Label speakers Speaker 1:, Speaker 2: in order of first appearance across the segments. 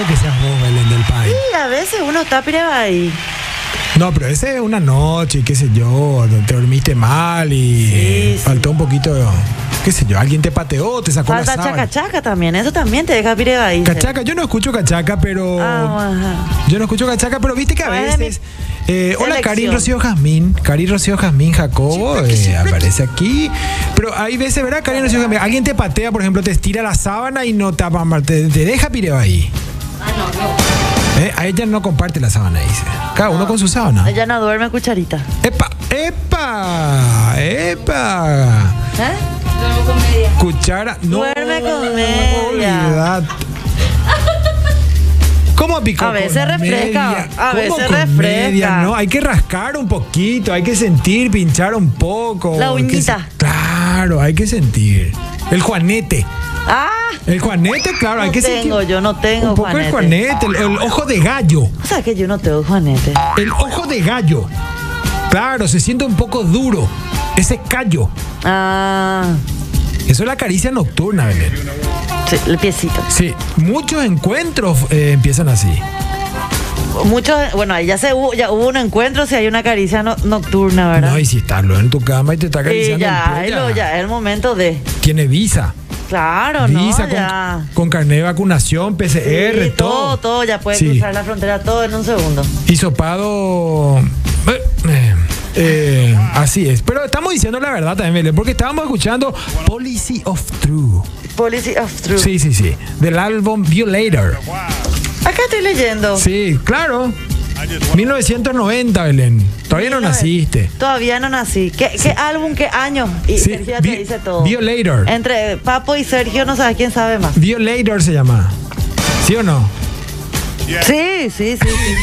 Speaker 1: puede que seas vos, Belén del País.
Speaker 2: Sí, a veces uno está pireba ahí.
Speaker 1: No, pero ese es una noche, qué sé yo, te dormiste mal y faltó un poquito, qué sé yo, alguien te pateó, te sacó la
Speaker 2: Falta
Speaker 1: sábana.
Speaker 2: chacachaca también, eso también te deja pireba ahí.
Speaker 1: Cachaca, yo no escucho cachaca, pero... Yo no escucho cachaca, pero viste que a veces... hola, Cari Rocío Jazmín, Jacobo, aparece aquí. Pero hay veces, ¿verdad, Cari Rocío Jazmín? Alguien te patea, por ejemplo, te estira la sábana y no te deja pireba ahí. A ella no comparte la sábana, dice. Cada uno con su sábana.
Speaker 2: Ella no duerme cucharita.
Speaker 1: ¡Epa!
Speaker 3: Duermo con media.
Speaker 1: Cuchara. No.
Speaker 2: Duerme con media.
Speaker 1: Olvidate. ¿Cómo picó?
Speaker 2: A veces refresca.
Speaker 1: Media?
Speaker 2: A veces
Speaker 1: con
Speaker 2: refresca.
Speaker 1: Media? No, hay que rascar un poquito, hay que sentir, pinchar un poco.
Speaker 2: La uñita.
Speaker 1: Claro, hay que sentir. El juanete. El juanete, claro, hay que sentir.
Speaker 2: Yo no tengo
Speaker 1: un poco
Speaker 2: juanete.
Speaker 1: el juanete, el ojo de gallo.
Speaker 2: O sea que yo no tengo juanete.
Speaker 1: El ojo de gallo. Claro, se siente un poco duro. Ese callo. Eso es la caricia nocturna, Belén.
Speaker 2: Sí, el piecito.
Speaker 1: Sí, muchos encuentros empiezan así.
Speaker 2: Bueno, ahí ya hubo un encuentro si hay una caricia nocturna, ¿verdad?
Speaker 1: No, y si estás en tu cama y te está acariciando.
Speaker 2: Ya es el momento de...
Speaker 1: Tiene visa.
Speaker 2: Claro,
Speaker 1: visa,
Speaker 2: no, ya.
Speaker 1: Con carnet de vacunación, PCR,
Speaker 2: sí, todo. Ya puede cruzar la frontera todo en un segundo.
Speaker 1: Hisopado. Así es. Pero estamos diciendo la verdad también, Belén, porque estábamos escuchando Policy of True. Sí. Del álbum Violator.
Speaker 2: Acá estoy leyendo.
Speaker 1: Sí, claro. 1990, Belén. Todavía no naciste.
Speaker 2: Todavía no nací. ¿Qué álbum, qué año? Y Sergio te dice todo.
Speaker 1: Violator.
Speaker 2: Entre Papo y Sergio no sabes quién sabe más.
Speaker 1: Violator se llama. ¿Sí o no?
Speaker 2: Sí.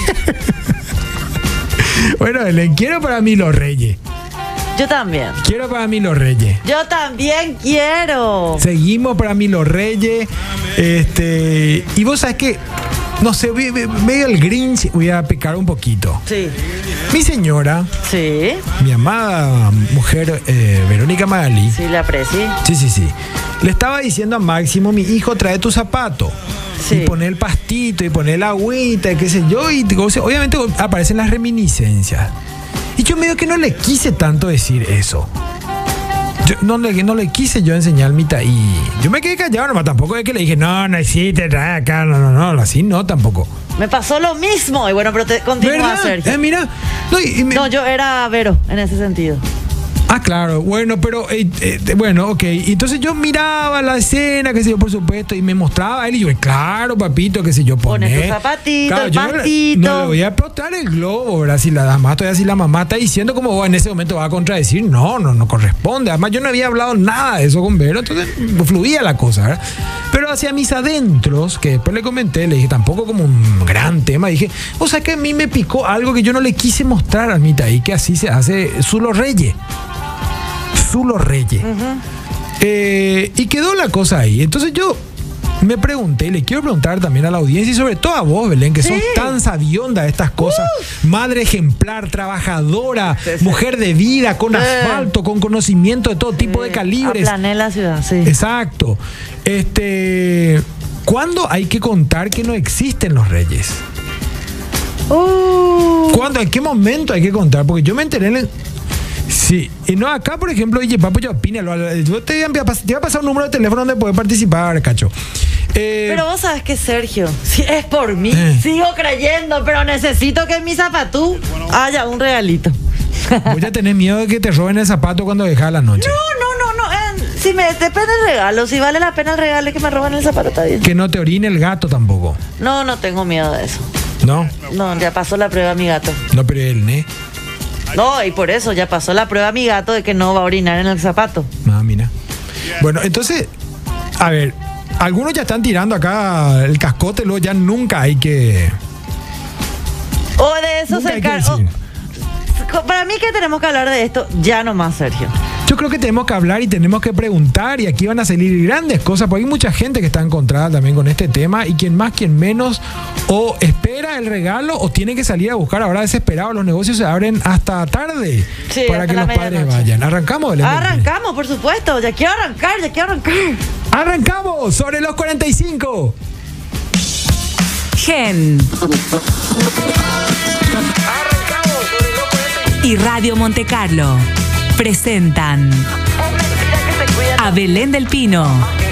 Speaker 1: Bueno, Belén, quiero para mí Los Reyes.
Speaker 2: Yo también.
Speaker 1: Quiero para mí Los Reyes.
Speaker 2: Yo también quiero.
Speaker 1: Seguimos para mí Los Reyes. Y vos sabés que, no sé, medio el Grinch, voy a pecar un poquito.
Speaker 2: Sí.
Speaker 1: Mi señora, mi amada mujer Verónica Magalí.
Speaker 2: Sí, la aprecio.
Speaker 1: Sí. Le estaba diciendo a Máximo, mi hijo, trae tu zapato. Sí. Y pone el pastito, y pone la agüita, y qué sé yo. Y obviamente aparecen las reminiscencias. Y yo medio que no le quise tanto decir eso. Yo no le quise yo enseñar mi taí. Yo me quedé callado nomás, tampoco es que le dije, no hiciste, trae acá, no, así no tampoco.
Speaker 2: Me pasó lo mismo, y bueno, pero continúa, Sergio.
Speaker 1: Mira.
Speaker 2: No, yo era Vero, en ese sentido.
Speaker 1: Claro, bueno, pero bueno, ok. Entonces yo miraba la escena, qué sé yo, por supuesto, y me mostraba a él y yo, claro, papito, qué sé yo,
Speaker 2: pones tu zapatito, claro, el pastito.
Speaker 1: No le voy a explotar el globo, ¿verdad? Si la mamá está diciendo como vos en ese momento va a contradecir, no corresponde. Además, yo no había hablado nada de eso con Vero, entonces fluía la cosa, ¿verdad? Pero hacia mis adentros, que después le comenté, le dije, tampoco como un gran tema, dije, o sea que a mí me picó algo que yo no le quise mostrar a mi taí, que así se hace Zulo Reyes. Y quedó la cosa ahí. Entonces yo me pregunté, y le quiero preguntar también a la audiencia y sobre todo a vos, Belén, que sos tan sabionda de estas cosas, madre ejemplar, trabajadora, mujer de vida, con asfalto, con conocimiento de todo tipo de calibres.
Speaker 2: Aplané la ciudad,
Speaker 1: Exacto. ¿Cuándo hay que contar que no existen los reyes? ¿Cuándo? ¿En qué momento hay que contar? Porque yo me enteré Sí, y no, acá por ejemplo, oye, papo, yo opínalo. Yo te voy a pasar un número de teléfono donde puedes participar, cacho.
Speaker 2: Pero vos sabes que, Sergio, si es por mí, sigo creyendo, pero necesito que en mi zapatú haya un regalito.
Speaker 1: Voy a tener miedo de que te roben el zapato cuando dejas la noche.
Speaker 2: No. Si depende del regalo, si vale la pena el regalo y que me roben el zapato, está bien.
Speaker 1: Que no te orine el gato tampoco.
Speaker 2: No tengo miedo de eso.
Speaker 1: ¿No?
Speaker 2: No, ya pasó la prueba mi gato.
Speaker 1: No, pero él, ¿eh?
Speaker 2: No, y por eso ya pasó la prueba mi gato de que no va a orinar en el zapato.
Speaker 1: Mira. Bueno, entonces, a ver, algunos ya están tirando acá el cascote, luego ya nunca hay que...
Speaker 2: O de eso se encarga. Para mí que tenemos que hablar de esto ya nomás, Sergio.
Speaker 1: Yo creo que tenemos que hablar y tenemos que preguntar, y aquí van a salir grandes cosas, porque hay mucha gente que está encontrada también con este tema, y quien más, quien menos, o espera el regalo o tiene que salir a buscar. Ahora desesperado, los negocios se abren hasta tarde para que los padres vayan. ¿Arrancamos, Belén?
Speaker 2: Arrancamos, por supuesto. Ya quiero arrancar.
Speaker 1: ¡Arrancamos! Sobre los 45.
Speaker 3: Gen y Radio Monte Carlo presentan a Belén del Pino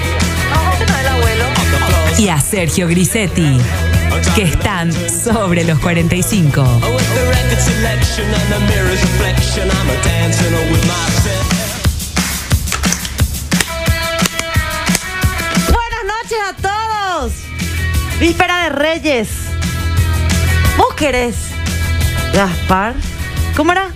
Speaker 3: y a Sergio Grisetti, que están sobre los 45.
Speaker 2: Buenas noches a todos. Víspera de Reyes. ¿Vos querés, Gaspar? ¿Cómo era?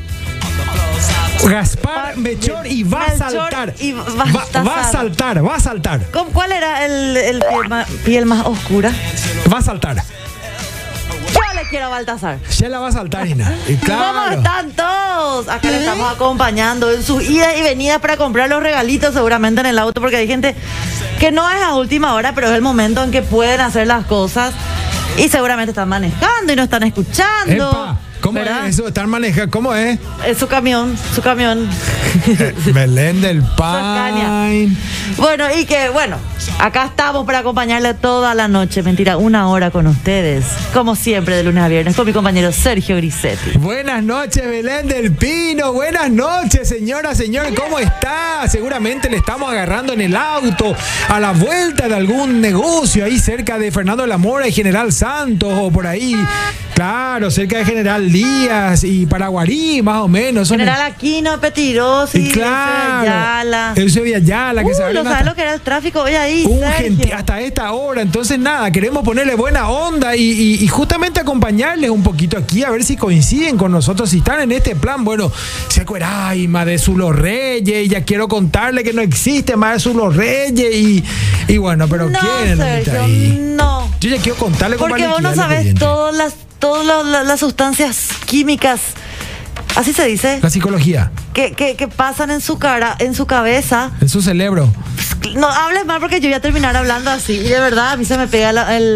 Speaker 1: Gaspar, Melchor y va a saltar.
Speaker 2: Y
Speaker 1: va a saltar.
Speaker 2: ¿Cuál era el piel más oscura?
Speaker 1: Va a saltar.
Speaker 2: Yo le quiero a Baltasar.
Speaker 1: Ya la va a saltar, Ina. Y claro.
Speaker 2: ¿Cómo están todos? Acá le estamos acompañando en sus idas y venidas para comprar los regalitos seguramente en el auto, porque hay gente que no es a última hora, pero es el momento en que pueden hacer las cosas y seguramente están manejando y no están escuchando.
Speaker 1: Epa, ¿cómo ¿verdad? Es eso? ¿Están manejando? ¿Cómo es?
Speaker 2: Es su camión.
Speaker 1: Belén del Pine.
Speaker 2: Bueno, y que, acá estamos para acompañarle toda la noche. Mentira, 1 hora con ustedes. Como siempre, de lunes a viernes, con mi compañero Sergio Grisetti.
Speaker 1: Buenas noches, Belén del Pino. Buenas noches, señora, señor. ¿Cómo está? Seguramente le estamos agarrando en el auto a la vuelta de algún negocio ahí cerca de Fernando de la Mora y General Santos o por ahí. Claro, cerca de General Díaz y Paraguarí, más o menos.
Speaker 2: General Aquino, Petirosi,
Speaker 1: claro, Eusebio Ayala, que
Speaker 2: ¿no sabes lo que era el tráfico hoy ahí?
Speaker 1: Hasta esta hora. Entonces, nada, queremos ponerle buena onda y justamente acompañarles un poquito aquí, a ver si coinciden con nosotros, si están en este plan. Bueno, Secueraima de Zulos Reyes, y ya quiero contarle que no existe más de Zulos Reyes y bueno, pero
Speaker 2: no,
Speaker 1: ¿quién?
Speaker 2: Sergio, no.
Speaker 1: Yo ya quiero contarle con
Speaker 2: porque vos no sabes todas las sustancias químicas, así se dice.
Speaker 1: La psicología.
Speaker 2: Que pasan en su cara, en su cabeza.
Speaker 1: En su cerebro.
Speaker 2: No hables mal porque yo voy a terminar hablando así. Y de verdad a mí se me pega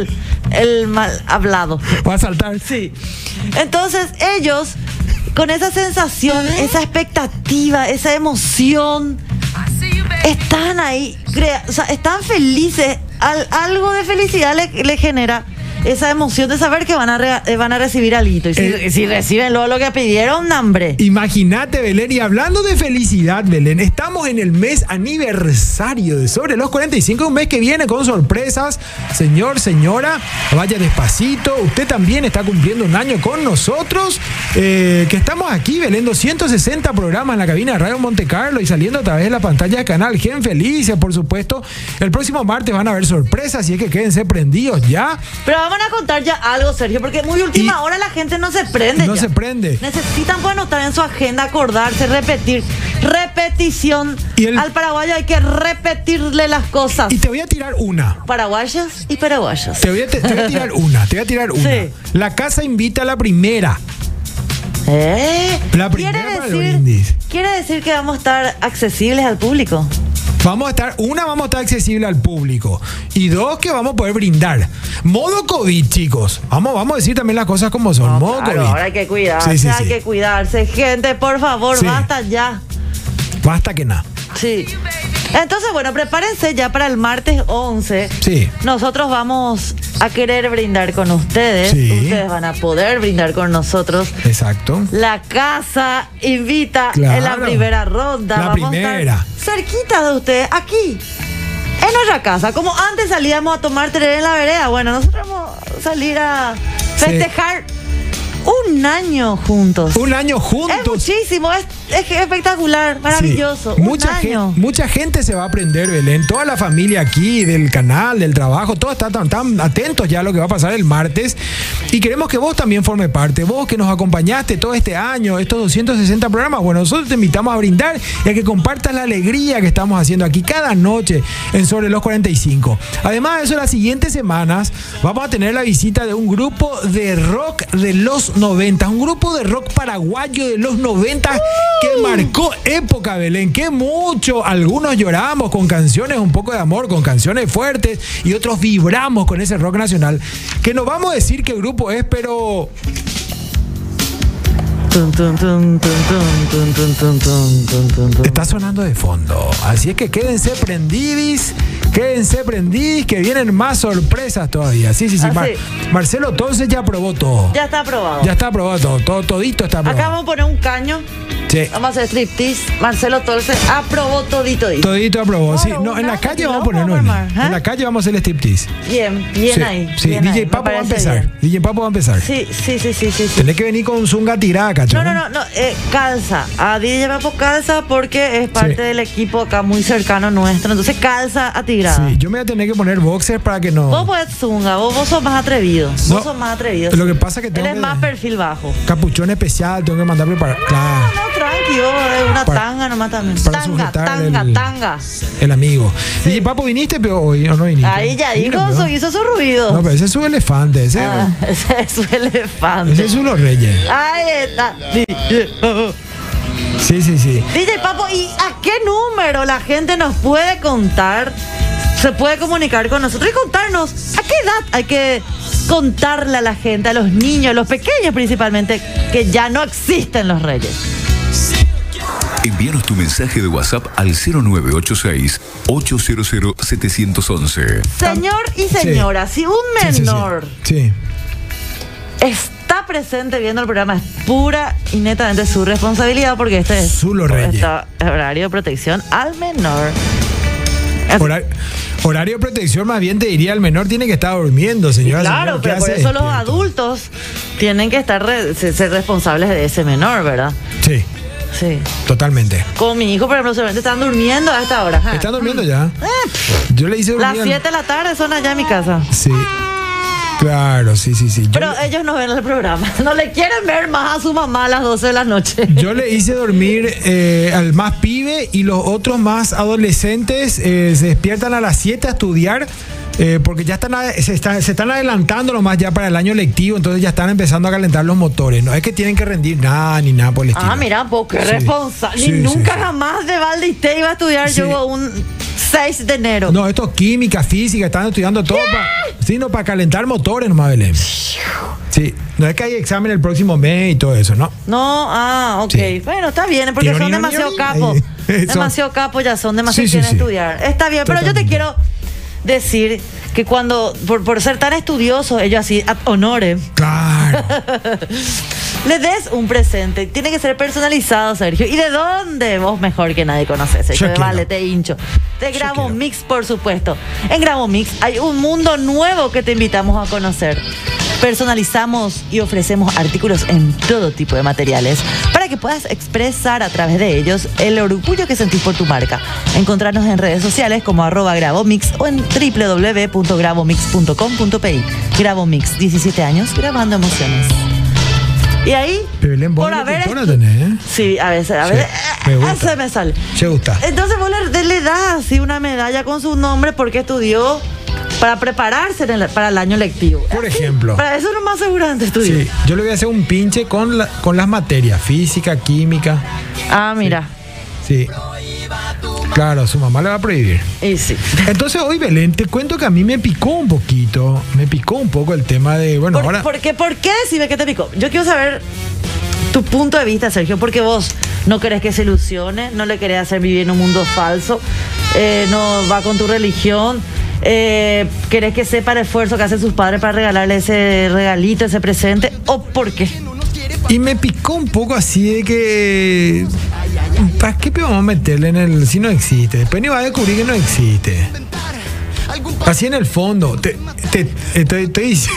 Speaker 2: el mal hablado.
Speaker 1: Va a saltar.
Speaker 2: Sí. Entonces ellos, con esa sensación, esa expectativa, esa emoción, están ahí, están felices. Algo de felicidad le genera esa emoción de saber que van a recibir algo. Y si reciben luego lo que pidieron, hambre.
Speaker 1: Imagínate, Belén, y hablando de felicidad, Belén, estamos en el mes aniversario de Sobre los 45, un mes que viene con sorpresas. Señor, señora, vaya despacito. Usted también está cumpliendo un año con nosotros, que estamos aquí, Belén, 260 programas en la cabina de Radio Monte Carlo y saliendo a través de la pantalla de Canal Gen Felices, por supuesto. El próximo martes van a haber sorpresas, y es que quédense prendidos ya.
Speaker 2: Pero vamos a contar ya algo, Sergio, porque muy última hora la gente no se prende.
Speaker 1: No se prende.
Speaker 2: Necesitan anotar en su agenda, acordarse, repetir. Repetición. Al paraguayo hay que repetirle las cosas.
Speaker 1: Y te voy a tirar una.
Speaker 2: Paraguayas y paraguayas.
Speaker 1: Te voy a tirar una. Sí. La casa invita a la primera. La primera para el brindis.
Speaker 2: ¿Quiere decir que vamos a estar accesibles al público?
Speaker 1: Vamos a estar accesible al público. Y 2, que vamos a poder brindar. Modo COVID, chicos. Vamos a decir también las cosas como son.
Speaker 2: No,
Speaker 1: modo
Speaker 2: claro,
Speaker 1: COVID.
Speaker 2: Ahora hay que cuidarse, hay que cuidarse. Gente, por favor, basta ya.
Speaker 1: Basta que nada.
Speaker 2: Sí. Entonces, prepárense ya para el martes 11.
Speaker 1: Sí.
Speaker 2: Nosotros vamos a querer brindar con ustedes.
Speaker 1: Sí.
Speaker 2: Ustedes van a poder brindar con nosotros.
Speaker 1: Exacto.
Speaker 2: La casa invita en la primera ronda.
Speaker 1: Vamos a estar
Speaker 2: cerquita de ustedes, aquí, en nuestra casa. Como antes salíamos a tomar tereré en la vereda. Bueno, nosotros vamos a salir a festejar un año juntos.
Speaker 1: Un año juntos.
Speaker 2: Es muchísimo, es espectacular, maravilloso.
Speaker 1: Sí.
Speaker 2: Mucha
Speaker 1: gente se va a aprender, Belén. Toda la familia aquí, del canal, del trabajo, todos están atentos ya a lo que va a pasar el martes. Y queremos que vos también formes parte. Vos que nos acompañaste todo este año, estos 260 programas. Bueno, nosotros te invitamos a brindar y a que compartas la alegría que estamos haciendo aquí cada noche en Sobre los 45. Además de eso, las siguientes semanas vamos a tener la visita de un grupo de rock de los 90, un grupo de rock paraguayo de los 90 que marcó época, Belén, que mucho, algunos lloramos con canciones un poco de amor, con canciones fuertes, y otros vibramos con ese rock nacional, que no vamos a decir qué grupo es, pero Está sonando de fondo. Así es que quédense prendidis, que vienen más sorpresas todavía. Sí. Marcelo entonces ya aprobó todo.
Speaker 2: Ya está aprobado.
Speaker 1: Ya está aprobado todo. Todito está aprobado.
Speaker 2: Acá vamos a poner un caño.
Speaker 1: Sí.
Speaker 2: Vamos a hacer striptease. Marcelo Tolce aprobó todito.
Speaker 1: Todito aprobó.
Speaker 2: Claro,
Speaker 1: sí. No, en la calle vamos a ponerlo. En la calle vamos a hacer el striptease.
Speaker 2: Bien
Speaker 1: Sí,
Speaker 2: ahí.
Speaker 1: Sí,
Speaker 2: bien
Speaker 1: DJ
Speaker 2: ahí,
Speaker 1: Papo
Speaker 2: me
Speaker 1: va a
Speaker 2: parece
Speaker 1: empezar.
Speaker 2: bien.
Speaker 1: DJ Papo va a empezar.
Speaker 2: Sí.
Speaker 1: Tenés que venir con zunga tirada, cacho.
Speaker 2: No, calza. A DJ Papo calza porque es parte del equipo acá muy cercano nuestro. Entonces calza a tirada.
Speaker 1: Sí, yo me voy a tener que poner boxers para que no.
Speaker 2: Vos podés zunga, vos sos más atrevido.
Speaker 1: No,
Speaker 2: Vos sos más atrevido.
Speaker 1: Lo que pasa es que tengo
Speaker 2: Él es más perfil bajo.
Speaker 1: capuchón especial, tengo que mandar preparar. Claro.
Speaker 2: No, tranqui, vos una tanga nomás también.
Speaker 1: Para
Speaker 2: Tanga.
Speaker 1: El amigo. Sí. DJ Papo, ¿viniste pero hoy o no viniste?
Speaker 2: Ahí ya dijo, hizo su ruido.
Speaker 1: No, pero ese es su elefante. Ese
Speaker 2: es su elefante.
Speaker 1: Ese es su los reyes.
Speaker 2: Ahí está.
Speaker 1: Sí.
Speaker 2: DJ Papo, ¿y a qué número la gente nos puede contar? Se puede comunicar con nosotros y contarnos a qué edad hay que contarle a la gente, a los niños, a los pequeños principalmente, que ya no existen los reyes.
Speaker 4: Envíanos tu mensaje de WhatsApp al 0986-800-711.
Speaker 2: Señor y señora, si un menor está presente viendo el programa, es pura y netamente su responsabilidad, porque este es horario de protección al menor.
Speaker 1: Horario de protección, más bien te diría, el menor tiene que estar durmiendo, señora.
Speaker 2: Claro, pero por eso los adultos tienen que ser responsables de ese menor, ¿verdad?
Speaker 1: Sí. Totalmente.
Speaker 2: Con mi hijo, por ejemplo, solamente están durmiendo a esta hora.
Speaker 1: ¿Están durmiendo ya? Yo le hice dormir.
Speaker 2: Las 7 de la tarde son allá en mi casa.
Speaker 1: Sí. Claro, sí.
Speaker 2: Pero ellos no ven el programa. No le quieren ver más a su mamá a las 12 de la noche.
Speaker 1: Yo le hice dormir al más pibe, y los otros más adolescentes se despiertan a las 7 a estudiar. Porque ya se están adelantando nomás ya para el año lectivo, entonces ya están empezando a calentar los motores. No es que tienen que rendir nada ni nada por el estilo.
Speaker 2: Mira, porque responsable. Ni nunca jamás de Valdiste iba a estudiar yo un 6 de enero.
Speaker 1: No, esto es química, física, están estudiando todo para calentar motores nomás, Belén. Sí, no es que hay examen el próximo mes y todo eso, ¿no?
Speaker 2: No, ok. Sí. Bueno, está bien, porque son demasiado capos. Demasiado capos ya son, demasiado quieren estudiar. Está bien, pero yo te quiero decir que cuando, por ser tan estudiosos, ellos así, ad honore.
Speaker 1: Claro.
Speaker 2: Le des un presente. Tiene que ser personalizado, Sergio. ¿Y de dónde? Vos mejor que nadie conoces. Vale, te hincho. De Grabo Mix, por supuesto. En Grabo Mix hay un mundo nuevo que te invitamos a conocer. Personalizamos y ofrecemos artículos en todo tipo de materiales para que puedas expresar a través de ellos el orgullo que sentís por tu marca. Encontrarnos en redes sociales como @GraboMix o en www.grabomix.com.pi. Grabomix, 17 años grabando emociones. Y ahí,
Speaker 1: por haber tenés,
Speaker 2: sí, a veces, se me sale.
Speaker 1: Me gusta.
Speaker 2: Entonces vos le das así una medalla con su nombre porque estudió para prepararse para el año lectivo.
Speaker 1: Por ejemplo.
Speaker 2: Para eso no más seguramente estudió.
Speaker 1: Sí, yo le voy a hacer un pinche con las materias, física, química.
Speaker 2: Mira.
Speaker 1: Sí. Claro, su mamá le va a prohibir.
Speaker 2: Y sí.
Speaker 1: Entonces hoy, Belén, te cuento que a mí me picó un poco el tema de, ahora...
Speaker 2: ¿Por qué decime que te picó? Yo quiero saber tu punto de vista, Sergio, porque vos no querés que se ilusione, no le querés hacer vivir en un mundo falso, no va con tu religión, querés que sepa el esfuerzo que hacen sus padres para regalarle ese regalito, ese presente, ¿o por qué?
Speaker 1: Y me picó un poco así de que... ¿Para qué vamos a meterle si no existe? Después ni va a descubrir que no existe. Así en el fondo. Estoy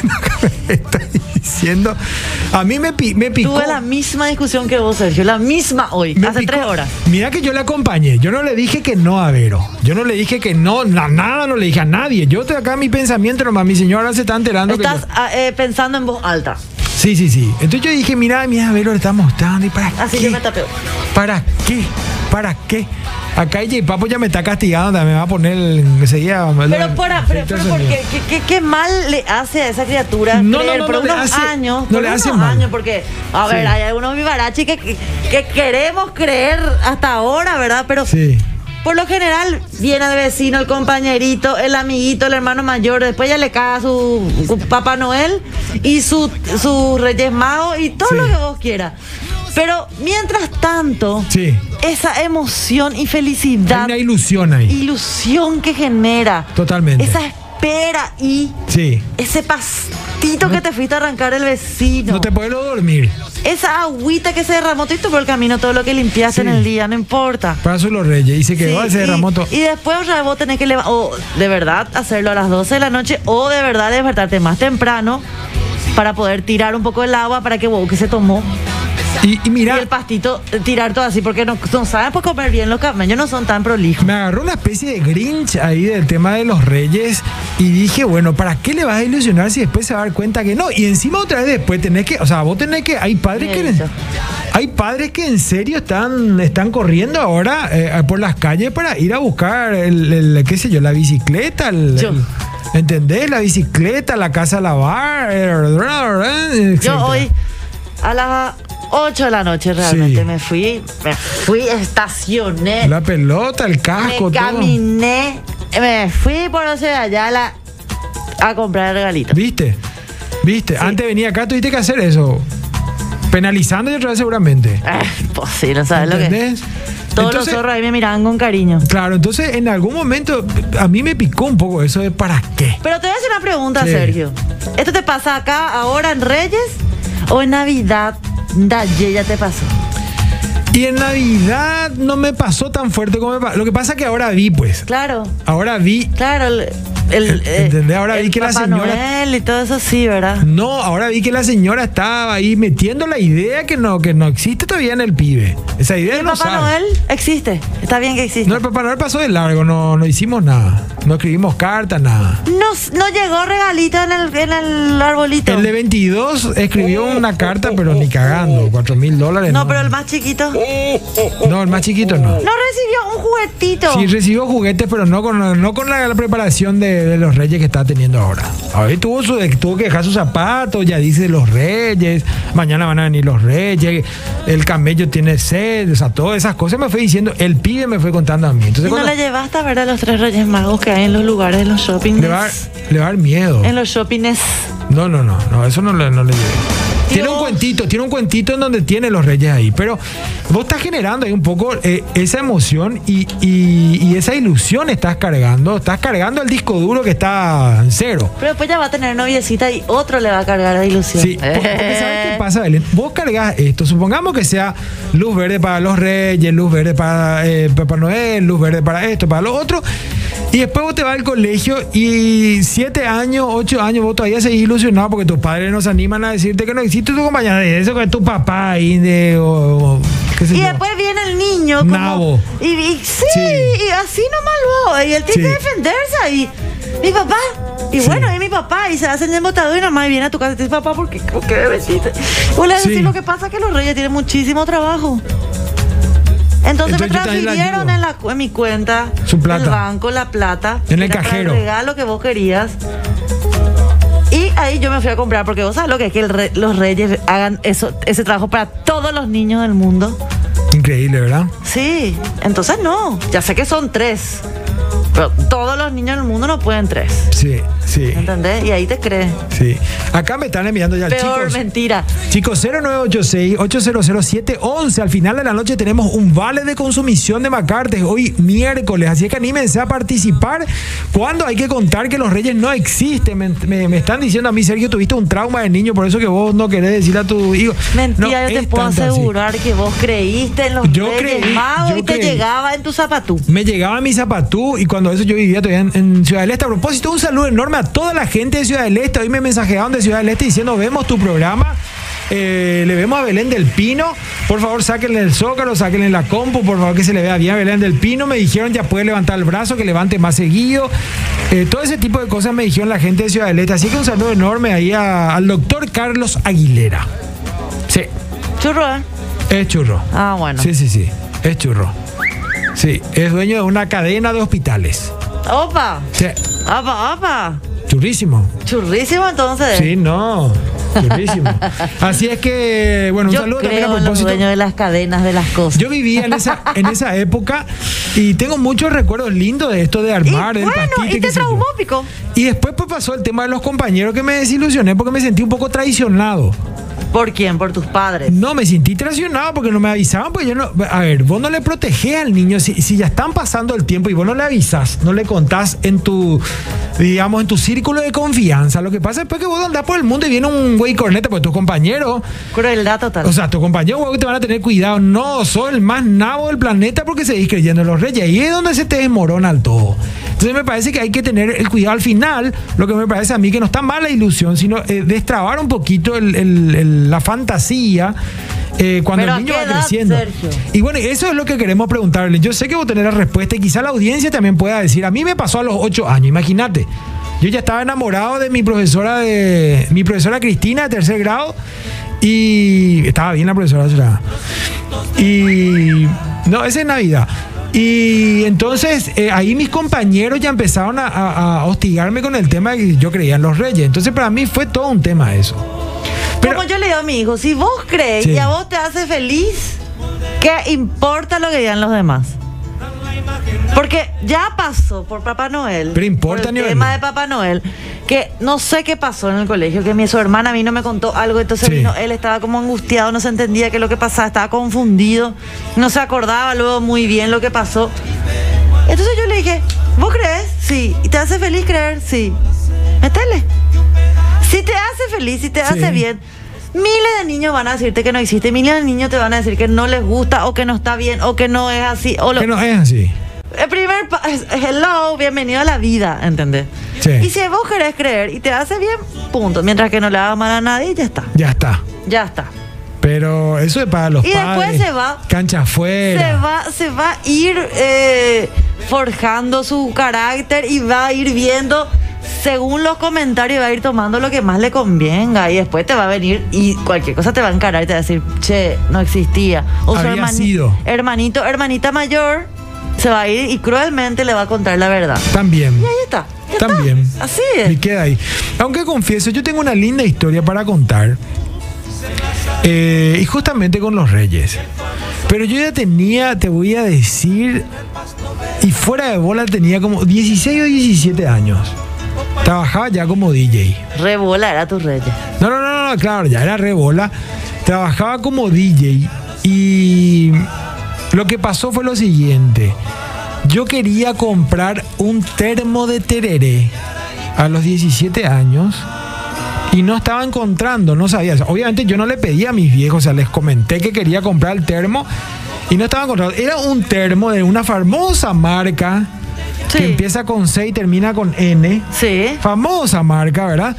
Speaker 1: diciendo... A mí me picó...
Speaker 2: Tuve la misma discusión que vos, Sergio. La misma hoy, hace 3 horas.
Speaker 1: Mira que yo le acompañé. Yo no le dije que no a Vero. Yo no le dije que no, nada no le dije a nadie. Yo estoy acá en mi pensamiento nomás. Mi señora se está enterando.
Speaker 2: Estás pensando en voz alta.
Speaker 1: Sí. Entonces yo dije, mira, Vero le está mostrando. ¿Y para qué?
Speaker 2: Así yo me tapeo.
Speaker 1: ¿Para qué? Acá DJ Papo ya me está castigando, me va a poner enseguida.
Speaker 2: Pero porque ¿qué mal le hace a esa criatura?
Speaker 1: No,
Speaker 2: por unos años, porque, a ver, hay algunos vivarachi que queremos creer hasta ahora, ¿verdad? Pero por lo general viene de vecino el compañerito, el amiguito, el hermano mayor, después ya le caga su Papá Noel y su Reyes Magos y todo lo que vos quieras. Pero mientras tanto,
Speaker 1: Sí.
Speaker 2: esa emoción y
Speaker 1: Hay
Speaker 2: felicidad,
Speaker 1: una ilusión ahí.
Speaker 2: ilusión que genera,
Speaker 1: Totalmente.
Speaker 2: esa espera y
Speaker 1: Sí.
Speaker 2: ese pastito que te fuiste a arrancar el vecino,
Speaker 1: No te puedes dormir.
Speaker 2: esa agüita que se derramó todo por el camino, todo lo que limpiaste
Speaker 1: Sí.
Speaker 2: en el día, no importa.
Speaker 1: Para eso los reyes. Y se quedó
Speaker 2: Sí,
Speaker 1: ese derramó todo.
Speaker 2: y después otra vez vos tenés que o de verdad hacerlo a las 12 de la noche o de verdad despertarte más temprano para poder tirar un poco el agua para que vos que se tomó
Speaker 1: Y
Speaker 2: y
Speaker 1: mira,
Speaker 2: el pastito tirar todo así porque no saben por comer bien, los camellos no son tan prolijos.
Speaker 1: me agarró una especie de Grinch ahí del tema de los reyes y dije, bueno, ¿para qué le vas a ilusionar si después se va a dar cuenta que no? Y encima otra vez después tenés que, o sea, vos tenés que, hay padres que en serio están corriendo ahora por las calles para ir a buscar qué sé yo, la bicicleta, ¿entendés? La bicicleta, la casa a lavar,
Speaker 2: Yo
Speaker 1: etcétera.
Speaker 2: hoy a las 8 de la noche realmente
Speaker 1: Sí.
Speaker 2: me fui, estacioné,
Speaker 1: La pelota, el casco,
Speaker 2: me
Speaker 1: todo.
Speaker 2: caminé, me fui por no sé de allá a comprar el regalito.
Speaker 1: ¿Viste? Antes venía acá, tuviste que hacer eso. Penalizando y otra vez seguramente.
Speaker 2: Pues sí, no sabes lo que
Speaker 1: ¿Entendés?
Speaker 2: todos
Speaker 1: Entonces,
Speaker 2: los zorros ahí me miraban con cariño.
Speaker 1: claro, entonces en algún momento a mí me picó un poco eso de ¿para qué?
Speaker 2: Pero te voy a hacer una pregunta,
Speaker 1: Sí.
Speaker 2: Sergio. ¿Esto te pasa acá, ahora en Reyes o en Navidad? Ya te pasó.
Speaker 1: Y en Navidad no me pasó tan fuerte como me pasó. Lo que pasa es que ahora vi, pues.
Speaker 2: Claro,
Speaker 1: Ahora vi.
Speaker 2: claro.
Speaker 1: ¿Entendés? Ahora vi que la
Speaker 2: Papá
Speaker 1: señora.
Speaker 2: Noel y todo eso sí, ¿verdad?
Speaker 1: No, ahora vi que la señora estaba ahí metiendo la idea que no existe todavía en el pibe. Esa idea
Speaker 2: ¿El
Speaker 1: no
Speaker 2: Papá
Speaker 1: sabe.
Speaker 2: Noel existe? Está bien que existe.
Speaker 1: No, el Papá Noel pasó de largo, no hicimos nada. No escribimos cartas, nada.
Speaker 2: No llegó regalito en el arbolito.
Speaker 1: El de 22 escribió una carta, pero ni cagando. $4,000.
Speaker 2: No, pero el más chiquito.
Speaker 1: No, el más chiquito no.
Speaker 2: No recibió un juguetito.
Speaker 1: Sí, recibió juguetes, pero no con la preparación de los reyes que está teniendo ahora. Ahora tuvo que dejar sus zapatos, ya dice los reyes, mañana van a venir los reyes, el camello tiene sed, o sea, todas esas cosas me fue diciendo, el pibe me fue contando a mí. Entonces,
Speaker 2: ¿Y no
Speaker 1: cuando
Speaker 2: le llevaste a ver a los 3 Reyes Magos que hay en los lugares, en los shoppings?
Speaker 1: le va a dar miedo.
Speaker 2: En los shoppings.
Speaker 1: No, eso no le llevé. Tiene un cuentito en donde tiene los reyes ahí, pero vos estás generando ahí un poco esa emoción y esa ilusión estás cargando el disco duro que está en cero.
Speaker 2: Pero después ya va a tener noviecita y otro le va a cargar la ilusión.
Speaker 1: Sí, porque ¿sabes qué pasa, Belén? Vos cargas esto, supongamos que sea luz verde para los reyes, luz verde para Papá Noel, luz verde para esto, para lo otro. Y después vos te vas al colegio y 7 años, 8 años, vos todavía seguís ilusionado porque tus padres nos animan a decirte que no existe tu compañera de eso, que es tu papá ahí qué sé
Speaker 2: Y
Speaker 1: yo.
Speaker 2: después viene el niño como,
Speaker 1: Nabo.
Speaker 2: y
Speaker 1: Sí.
Speaker 2: y así nomás lo. Y él tiene
Speaker 1: Sí.
Speaker 2: que defenderse ahí. Mi papá. Y
Speaker 1: Sí.
Speaker 2: bueno, es mi papá. Y se hacen embotador y nomás viene a tu casa y te dice, papá, ¿por qué bebecita? Vos le
Speaker 1: Sí.
Speaker 2: decís, lo que pasa es que los reyes tienen muchísimo trabajo. Entonces me
Speaker 1: yo también la
Speaker 2: transfirieron
Speaker 1: ayudo.
Speaker 2: en mi cuenta,
Speaker 1: Su plata.
Speaker 2: el banco, la plata.
Speaker 1: En el
Speaker 2: era para
Speaker 1: cajero.
Speaker 2: el regalo que vos querías. Y ahí yo me fui a comprar, porque vos sabes lo que es que los reyes hagan ese trabajo para todos los niños del mundo.
Speaker 1: Increíble, ¿verdad?
Speaker 2: Sí, entonces no. Ya sé que son 3. Pero todos los niños del mundo no pueden 3.
Speaker 1: Sí.
Speaker 2: ¿Entendés? Y ahí te crees.
Speaker 1: Sí. Acá me están enviando ya,
Speaker 2: Peor
Speaker 1: chicos.
Speaker 2: mentira.
Speaker 1: Chicos, 0986-800-711. Al final de la noche tenemos un vale de consumición de Macartes hoy miércoles. Así que anímense a participar. Cuando hay que contar que los reyes no existen. Me están diciendo a mí, Sergio, tuviste un trauma de niño, por eso que vos no querés decirle a tu hijo.
Speaker 2: Mentira,
Speaker 1: No,
Speaker 2: yo te
Speaker 1: es
Speaker 2: puedo
Speaker 1: tanto así.
Speaker 2: asegurar que vos creíste en los
Speaker 1: Yo
Speaker 2: Reyes
Speaker 1: creí,
Speaker 2: Magos
Speaker 1: yo
Speaker 2: y te
Speaker 1: creí.
Speaker 2: llegaba en tu zapatú.
Speaker 1: Me llegaba mi zapatú y cuando eso yo vivía todavía en Ciudad del Este. A propósito, un saludo enorme a toda la gente de Ciudad del Este. Hoy me mensajearon de Ciudad del Este diciendo, vemos tu programa. Le vemos a Belén del Pino. Por favor, sáquenle el zócalo, sáquenle la compu, por favor, que se le vea bien a Belén del Pino. Me dijeron, ya puede levantar el brazo, que levante más seguido. Todo ese tipo de cosas me dijeron la gente de Ciudad del Este. Así que un saludo enorme ahí al doctor Carlos Aguilera. Sí,
Speaker 2: Churro, ¿eh?
Speaker 1: es churro.
Speaker 2: Ah, bueno.
Speaker 1: Sí, es churro. Sí, es dueño de una cadena de hospitales.
Speaker 2: Opa.
Speaker 1: Sí,
Speaker 2: Opa.
Speaker 1: churrísimo.
Speaker 2: Churrísimo entonces.
Speaker 1: Sí, no, churrísimo. Así es que, bueno, un
Speaker 2: Yo
Speaker 1: saludo también a
Speaker 2: creo en los
Speaker 1: propósito.
Speaker 2: dueños de las cadenas de las cosas.
Speaker 1: Yo vivía en esa época y tengo muchos recuerdos lindos de esto de
Speaker 2: Y
Speaker 1: armar, del
Speaker 2: bueno,
Speaker 1: pastite,
Speaker 2: y
Speaker 1: qué
Speaker 2: te
Speaker 1: sé yo.
Speaker 2: traumó, Pico.
Speaker 1: Y después pues pasó el tema de los compañeros que me desilusioné porque me sentí un poco traicionado.
Speaker 2: ¿Por quién? ¿Por tus padres?
Speaker 1: No, me sentí traicionado porque no me avisaban, pues yo no... A ver, vos no le protegés al niño si ya están pasando el tiempo y vos no le avisás, no le contás en tu, digamos, en tu círculo de confianza. Lo que pasa es que vos andás por el mundo y viene un güey corneta, pues tus compañeros...
Speaker 2: Crueldad total.
Speaker 1: O sea, tus compañeros, güey, te van a tener cuidado. No, sos el más nabo del planeta porque seguís creyendo en los reyes. Ahí es donde se te desmorona el todo. Entonces me parece que hay que tener el cuidado al final. Lo que me parece a mí que no está mal la ilusión, sino destrabar un poquito la fantasía cuando
Speaker 2: ¿Pero
Speaker 1: el niño
Speaker 2: a qué
Speaker 1: va
Speaker 2: edad,
Speaker 1: creciendo.
Speaker 2: Sergio?
Speaker 1: Y bueno, eso es lo que queremos preguntarle. Yo sé que vos tenés la respuesta y quizá la audiencia también pueda decir. A mí me pasó a los 8 años, imagínate. Yo ya estaba enamorado de mi profesora Cristina de 3er grado. Y estaba bien la profesora, ¿será? Y no, esa es Navidad. Y entonces ahí mis compañeros ya empezaron a hostigarme con el tema de que yo creía en los reyes. Entonces para mí fue todo un tema eso. Pero,
Speaker 2: como yo le digo a mi hijo, si vos crees
Speaker 1: sí,
Speaker 2: y a vos te hace feliz, ¿qué importa lo que digan los demás? Porque ya pasó por Papá Noel.
Speaker 1: Pero importa,
Speaker 2: por el
Speaker 1: Noel.
Speaker 2: tema de Papá Noel, que no sé qué pasó en el colegio, que su hermana a mí no me contó algo, entonces
Speaker 1: Sí.
Speaker 2: vino, él estaba como angustiado, no se entendía qué es lo que pasaba, estaba confundido, no se acordaba luego muy bien lo que pasó. Entonces yo le dije, ¿vos crees? Sí. ¿Y te hace feliz creer? Sí. Métele. Si te hace feliz, si te hace bien, miles de niños van a decirte que no existe, miles de niños te van a decir que no les gusta o que no está bien o que no es así. O
Speaker 1: que no es así.
Speaker 2: el primer hello, bienvenido a la vida, ¿entendés?
Speaker 1: Sí.
Speaker 2: Y si vos querés creer y te hace bien, punto. Mientras que no le haga mal a nadie, ya está.
Speaker 1: Ya está.
Speaker 2: Ya está.
Speaker 1: Pero eso es para los
Speaker 2: Y
Speaker 1: padres.
Speaker 2: después se va.
Speaker 1: Cancha afuera.
Speaker 2: Se va a ir forjando su carácter y va a ir viendo, según los comentarios, va a ir tomando lo que más le convenga. Y después te va a venir y cualquier cosa te va a encarar y te va a decir, che, no existía. O su
Speaker 1: Había sido.
Speaker 2: hermanita mayor se va a ir y cruelmente le va a contar la verdad.
Speaker 1: También.
Speaker 2: Y ahí está. Ya
Speaker 1: También.
Speaker 2: está. Así es.
Speaker 1: Y queda ahí. Aunque confieso, yo tengo una linda historia para contar. Y justamente con los reyes. Pero yo ya tenía, te voy a decir, y fuera de bola tenía como 16 o 17 años. Trabajaba ya como DJ.
Speaker 2: Rebola era tu reyes.
Speaker 1: No, claro, ya era re bola. Trabajaba como DJ y lo que pasó fue lo siguiente. Yo quería comprar un termo de tereré a los 17 años y no estaba encontrando, no sabía. O sea, obviamente yo no le pedí a mis viejos, o sea, les comenté que quería comprar el termo y no estaba encontrando. Era un termo de una famosa marca que empieza con C y termina con N.
Speaker 2: Sí.
Speaker 1: Famosa marca, ¿verdad?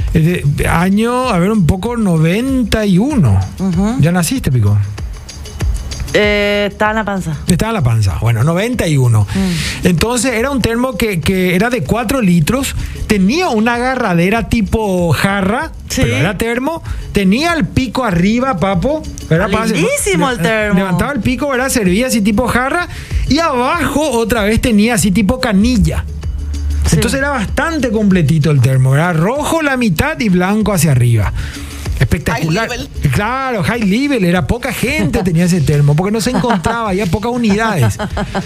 Speaker 1: Año, a ver, un poco 91. ¿Ya naciste, Pico?
Speaker 2: Está en la panza.
Speaker 1: Estaba en la panza. Bueno, 91. Entonces era un termo que era de 4 litros. Tenía una agarradera tipo jarra.
Speaker 2: Sí.
Speaker 1: Pero era termo. Tenía el pico arriba, papo. ¿Verdad?
Speaker 2: Lindísimo el termo.
Speaker 1: Levantaba el pico, ¿verdad? Servía así tipo jarra. Y abajo otra vez tenía así tipo canilla.
Speaker 2: Sí.
Speaker 1: Entonces era bastante completito el termo. Era rojo la mitad y blanco hacia arriba. Espectacular.
Speaker 5: High level.
Speaker 1: Claro, high level. Era poca gente tenía ese termo porque no se encontraba, había pocas unidades.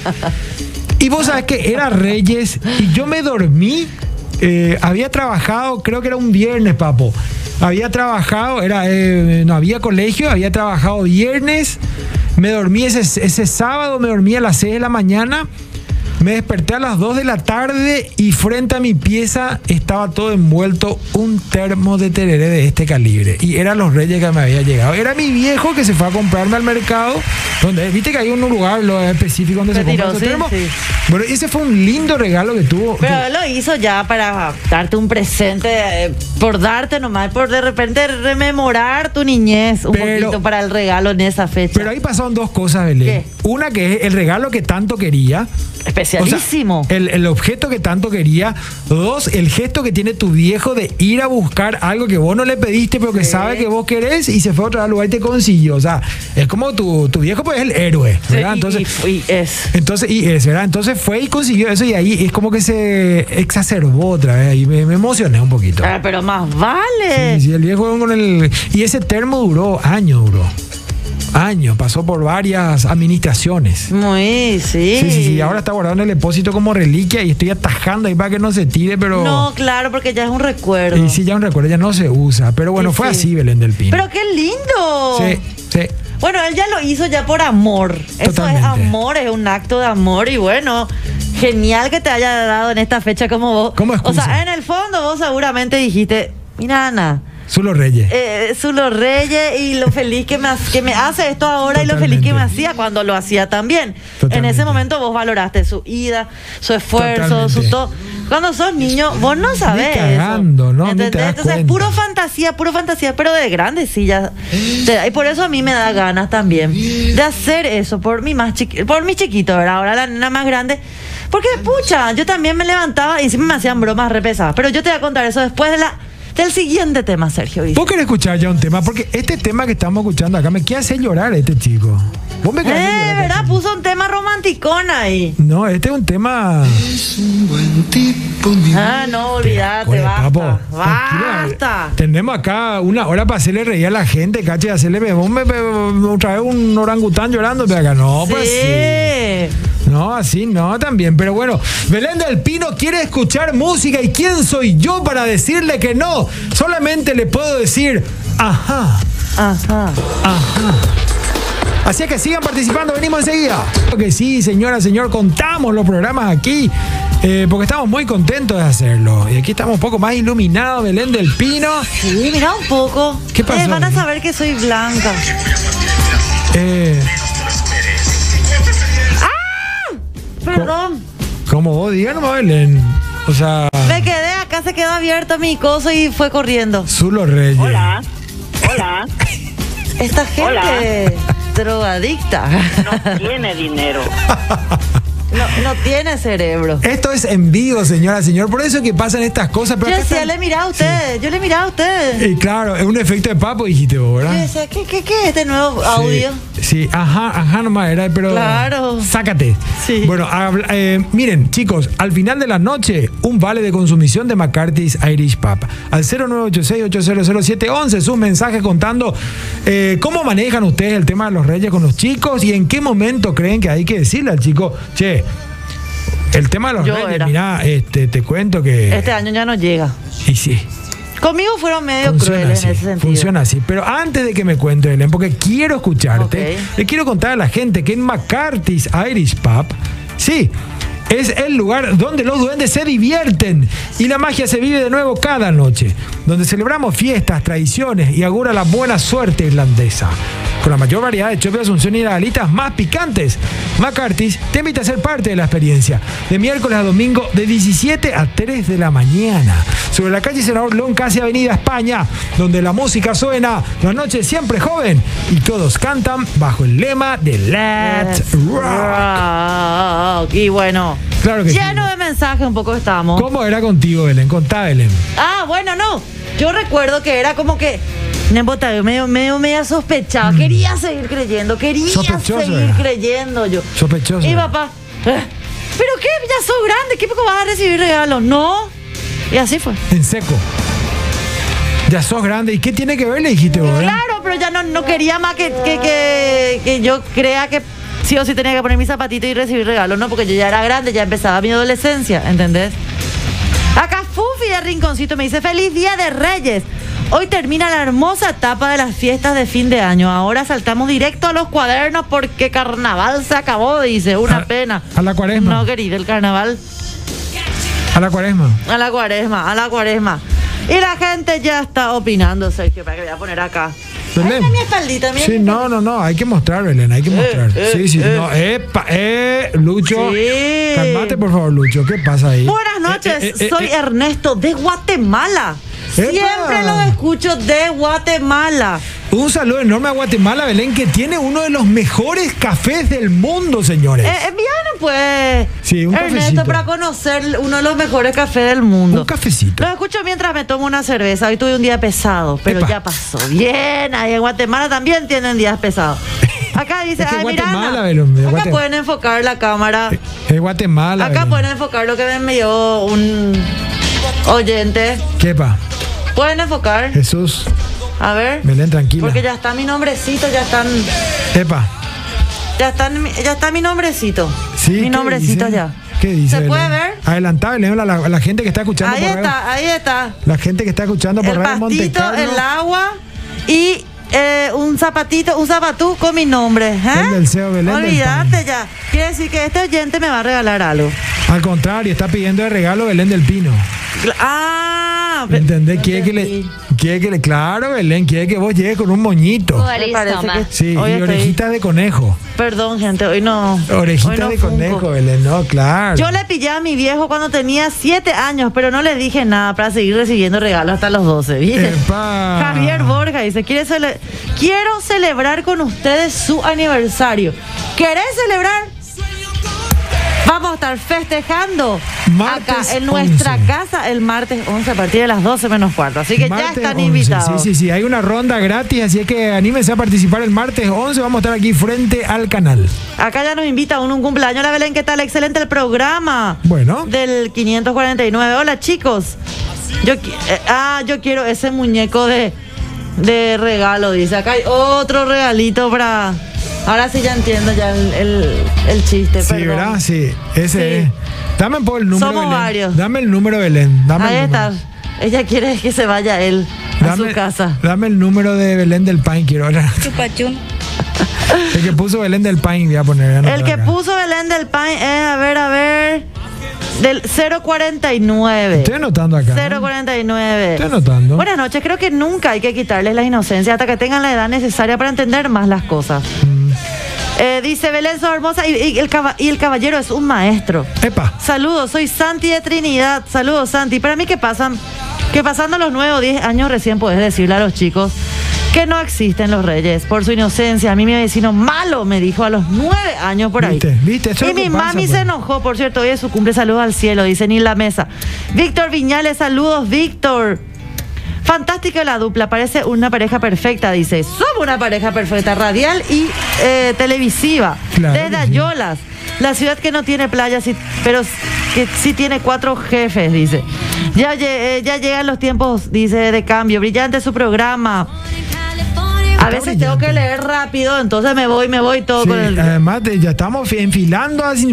Speaker 1: Y vos sabés que era Reyes y yo me dormí. Había trabajado, creo que era un viernes, papo. Había trabajado, no había colegio, había trabajado viernes. Me dormí ese sábado, me dormí a las 6 de la mañana. Me desperté a las 2 de la tarde y frente a mi pieza estaba todo envuelto un termo de tereré de este calibre. Y eran los Reyes que me había llegado. Era mi viejo que se fue a comprarme al mercado, donde viste que hay un lugar específico donde se compra ese termo.
Speaker 2: Sí.
Speaker 1: Bueno, ese fue un lindo regalo que tuvo.
Speaker 2: Pero él lo hizo ya para darte un presente, por darte nomás, por de repente rememorar tu niñez un poquito para el regalo en esa fecha.
Speaker 1: Pero ahí pasaron dos cosas, Belén.
Speaker 2: ¿Qué?
Speaker 1: Una que es el regalo que tanto quería.
Speaker 2: Especialísimo.
Speaker 1: O sea, el objeto que tanto quería. 2, el gesto que tiene tu viejo de ir a buscar algo que vos no le pediste, pero que sabe que vos querés y se fue a otro lugar y te consiguió. O sea, es como tu viejo pues es el héroe, ¿verdad? Entonces, ¿verdad? Entonces fue y consiguió eso y ahí es como que se exacerbó otra vez y me emocioné un poquito.
Speaker 2: Pero más vale.
Speaker 1: Sí, el viejo con el... Y ese termo duró años, duró. años, pasó por varias administraciones.
Speaker 2: Muy, sí.
Speaker 1: Sí, ahora está guardado en el depósito como reliquia y estoy atajando ahí para que no se tire, pero...
Speaker 2: No, claro, porque ya es un recuerdo.
Speaker 1: Y sí, ya es un recuerdo, ya no se usa, pero bueno, fue así Belén del Pino.
Speaker 2: Pero qué lindo.
Speaker 1: Sí.
Speaker 2: Bueno, él ya lo hizo ya por amor.
Speaker 1: Totalmente.
Speaker 2: Eso es amor, es un acto de amor y bueno, genial que te haya dado en esta fecha como vos.
Speaker 1: ¿Cómo excusa?
Speaker 2: O sea, en el fondo vos seguramente dijiste, mira Ana,
Speaker 1: Zulo Reyes.
Speaker 2: Zulo Reyes y lo feliz que me hace esto ahora. Totalmente. Y lo feliz que me hacía cuando lo hacía también. Totalmente. En ese momento vos valoraste su ida, su esfuerzo,
Speaker 1: Totalmente.
Speaker 2: su todo. Cuando sos niño, vos no sabés.
Speaker 1: Ni cagando,
Speaker 2: eso.
Speaker 1: ¿no?
Speaker 2: ¿Entendés?
Speaker 1: Ni te das
Speaker 2: Entonces es puro fantasía, pero de grande sí ya. Y por eso a mí me da ganas también de hacer eso por mi chiquito, ¿verdad? Ahora la nena más grande. Porque, pucha, yo también me levantaba y encima me hacían bromas re pesadas. Pero yo te voy a contar eso después del siguiente tema, Sergio.
Speaker 1: ¿Vos querés escuchar ya un tema? Porque este tema que estamos escuchando acá me quiere hacer llorar este chico. ¿Vos me querés llorar?
Speaker 2: ¿Verdad? Puso un tema romanticón ahí.
Speaker 1: No, este es un tema...
Speaker 2: No, olvídate, basta. Basta.
Speaker 1: Tenemos acá una hora para hacerle reír a la gente, caché, hacerle otra vez un orangután llorando de acá. No, pues sí. No, así no también. Pero bueno, Belén del Pino quiere escuchar música. ¿Y quién soy yo para decirle que no? Solamente le puedo decir, ajá. Así que sigan participando, venimos enseguida. Porque sí, señora, señor, contamos los programas aquí, porque estamos muy contentos de hacerlo. Y aquí estamos un poco más iluminados, Belén del Pino.
Speaker 2: Sí, mira un poco.
Speaker 1: ¿Qué pasó?
Speaker 2: Van a saber que soy blanca. Perdón.
Speaker 1: Como vos digas nomás, Belén. O sea...
Speaker 2: Me quedé, acá se quedó abierto mi coso y fue corriendo.
Speaker 1: Zulo Reyes.
Speaker 5: Hola.
Speaker 2: Esta gente drogadicta.
Speaker 5: No tiene dinero.
Speaker 2: No tiene cerebro.
Speaker 1: Esto es en vivo, señora, señor. Por eso es que pasan estas cosas. Pero
Speaker 2: Yo decía, le miraba a usted. Sí. Yo le miraba a usted.
Speaker 1: Y claro, es un efecto de papo, dijiste vos, ¿verdad?
Speaker 2: Yo decía, ¿qué es este nuevo audio?
Speaker 1: Sí, ajá nomás era, pero...
Speaker 2: Claro.
Speaker 1: Sácate.
Speaker 2: Sí.
Speaker 1: Bueno, miren, chicos, al final de la noche, un vale de consumición de McCarthy's Irish Pub. Al 0986-8000711, sus mensajes contando cómo manejan ustedes el tema de los reyes con los chicos y en qué momento creen que hay que decirle al chico, che, el tema de los reyes, mirá, te cuento que...
Speaker 2: Este año ya no llega.
Speaker 1: Y sí.
Speaker 2: Conmigo fueron medio crueles en ese sentido.
Speaker 1: Funciona así. Pero antes de que me cuente, Belén, porque quiero escucharte, le quiero contar a la gente que en McCarthy's Irish Pub, sí, es el lugar donde los duendes se divierten y la magia se vive de nuevo cada noche, donde celebramos fiestas, tradiciones y augura la buena suerte irlandesa. Con la mayor variedad de chope de Asunción y las alitas más picantes, McCarthy's te invita a ser parte de la experiencia. De miércoles a domingo, de 17 a 3 de la mañana. Sobre la calle Senador León, casi Avenida España, donde la música suena, la noche siempre joven, y todos cantan bajo el lema de Let's Rock.
Speaker 2: Y bueno,
Speaker 1: claro que
Speaker 2: lleno de mensajes un poco estamos.
Speaker 1: ¿Cómo era contigo, Belén? Contá, Belén.
Speaker 2: Bueno, no. Yo recuerdo que era como que medio sospechado. Quería seguir creyendo. Creyendo yo.
Speaker 1: Sospechoso.
Speaker 2: Y papá, ¿pero qué? Ya sos grande. ¿Qué poco vas a recibir regalos? No. Y así fue.
Speaker 1: En seco. Ya sos grande. ¿Y qué tiene que ver? Le dijiste vos, ¿verdad?
Speaker 2: Claro, pero ya no quería más que yo crea que sí o sí tenía que poner mi zapatito y recibir regalos, ¿no? Porque yo ya era grande, ya empezaba mi adolescencia, ¿entendés? Acá Fufi de Rinconcito me dice, feliz día de Reyes. Hoy termina la hermosa etapa de las fiestas de fin de año. Ahora saltamos directo a los cuadernos porque carnaval se acabó, dice. Una pena.
Speaker 1: A la cuaresma.
Speaker 2: No, querido, el carnaval.
Speaker 1: A la cuaresma.
Speaker 2: A la cuaresma. Y la gente ya está opinando, Sergio, para que voy a poner acá.
Speaker 1: Belén.
Speaker 2: Ay, mi espaldita, mira.
Speaker 1: Sí, no, hay que mostrar, Belén, hay que mostrar. Sí, no, Lucho.
Speaker 2: Sí.
Speaker 1: Calmate, por favor, Lucho, ¿qué pasa ahí?
Speaker 2: Buenas noches, soy Ernesto de Guatemala.
Speaker 1: ¡Epa!
Speaker 2: Siempre lo escucho de Guatemala.
Speaker 1: Un saludo enorme a Guatemala, Belén, que tiene uno de los mejores cafés del mundo, señores.
Speaker 2: Viene pues,
Speaker 1: sí, un
Speaker 2: Ernesto,
Speaker 1: cafecito,
Speaker 2: para conocer uno de los mejores cafés del mundo.
Speaker 1: Un cafecito.
Speaker 2: Lo escucho mientras me tomo una cerveza. Hoy tuve un día pesado, pero ya pasó. Bien, ahí en Guatemala también tienen días pesados. Acá dice,
Speaker 1: es que
Speaker 2: Miranda,
Speaker 1: Belén,
Speaker 2: acá pueden enfocar la cámara.
Speaker 1: Es Guatemala,
Speaker 2: Acá
Speaker 1: Belén.
Speaker 2: pueden enfocar lo que me envió un oyente.
Speaker 1: ¿Qué pa?
Speaker 2: Pueden enfocar.
Speaker 1: Jesús.
Speaker 2: A ver.
Speaker 1: Belén, tranquila.
Speaker 2: Porque ya está mi nombrecito, ya están.
Speaker 1: Epa.
Speaker 2: Ya está mi nombrecito.
Speaker 1: Sí,
Speaker 2: mi
Speaker 1: ¿qué
Speaker 2: nombrecito
Speaker 1: dice?
Speaker 2: ya.
Speaker 1: ¿Qué dice?
Speaker 2: ¿Se puede
Speaker 1: Belén?
Speaker 2: ver?
Speaker 1: Adelantá, Belén, la gente que está escuchando
Speaker 2: Ahí
Speaker 1: por radio.
Speaker 2: está, ahí está.
Speaker 1: La gente que está escuchando por
Speaker 2: El
Speaker 1: Radio Monte
Speaker 2: pastito,
Speaker 1: Carlo.
Speaker 2: el agua y un zapatú con mi nombre.
Speaker 1: El del CEO Belén del
Speaker 2: Olvídate
Speaker 1: Pan.
Speaker 2: ya. Quiere decir que este oyente me va a regalar algo.
Speaker 1: Al contrario, está pidiendo de regalo Belén del Pino. ¿Me entendés?
Speaker 2: no
Speaker 1: Quiere que le, claro, Belén, quiere que vos llegues con un moñito.
Speaker 2: Me parece que
Speaker 1: Sí,
Speaker 2: hoy
Speaker 1: y
Speaker 2: estoy-
Speaker 1: orejitas de conejo.
Speaker 2: Perdón, gente, hoy no.
Speaker 1: Orejitas
Speaker 2: hoy no
Speaker 1: de
Speaker 2: funco.
Speaker 1: conejo, Belén, no, claro.
Speaker 2: Yo le pillé a mi viejo cuando tenía 7 años, pero no le dije nada para seguir recibiendo regalos hasta los 12, ¿viste?
Speaker 1: Epa.
Speaker 2: Javier Borja dice, quiero celebrar con ustedes su aniversario. ¿Querés celebrar? Vamos a estar festejando
Speaker 1: Martes
Speaker 2: acá en nuestra
Speaker 1: 11.
Speaker 2: casa el martes 11 a partir de las 12:15. Así que ya
Speaker 1: Martes
Speaker 2: están
Speaker 1: 11.
Speaker 2: invitados.
Speaker 1: Sí, hay una ronda gratis, así es que anímense a participar el martes 11. Vamos a estar aquí frente al canal.
Speaker 2: Acá ya nos invita un cumpleaños. La Belén, ¿qué tal? Excelente el programa.
Speaker 1: Bueno.
Speaker 2: Del 549. Hola, chicos. Yo quiero ese muñeco de regalo, dice. Acá hay otro regalito para... Ahora sí ya entiendo ya el chiste,
Speaker 1: Sí,
Speaker 2: perdón.
Speaker 1: ¿verdad? Sí, ese
Speaker 2: Sí.
Speaker 1: es. Dame por el número,
Speaker 2: Somos
Speaker 1: Belén.
Speaker 2: varios.
Speaker 1: Dame el número, Belén. Dame
Speaker 2: Ahí
Speaker 1: el número.
Speaker 2: está. Ella quiere que se vaya él a su casa.
Speaker 1: Dame el número de Belén del Pain, quiero hablar. El que puso Belén del Pain, voy a poner.
Speaker 2: El que puso Belén del Pain es, a ver, del 049.
Speaker 1: Estoy anotando acá.
Speaker 2: 049.
Speaker 1: Estoy anotando.
Speaker 2: Buenas noches. Creo que nunca hay que quitarles la inocencia hasta que tengan la edad necesaria para entender más las cosas. Dice Belén, sos hermosa y el caballero es un maestro.
Speaker 1: Epa.
Speaker 2: Saludos, soy Santi de Trinidad. Saludos, Santi. Para mí, ¿qué pasa? Que pasando los 9 o 10 años recién podés decirle a los chicos que no existen los reyes por su inocencia. A mí mi vecino malo me dijo a los 9 años por ahí.
Speaker 1: ¿Viste? Eso
Speaker 2: Y
Speaker 1: es lo
Speaker 2: mi
Speaker 1: que pasa,
Speaker 2: mami
Speaker 1: pues.
Speaker 2: se enojó, por cierto, hoy es su cumple, saludos al cielo, dice ni la mesa. Víctor Viñales, saludos, Víctor. Fantástica la dupla, parece una pareja perfecta, dice. Somos una pareja perfecta, radial y televisiva.
Speaker 1: Claro
Speaker 2: Desde
Speaker 1: que sí.
Speaker 2: Ayolas, la ciudad que no tiene playas, pero que sí tiene 4 jefes, dice. Ya llegan los tiempos, dice, de cambio. Brillante su programa. A veces tengo que leer rápido, entonces me voy todo
Speaker 1: Sí,
Speaker 2: con el...
Speaker 1: además ya estamos enfilando. Así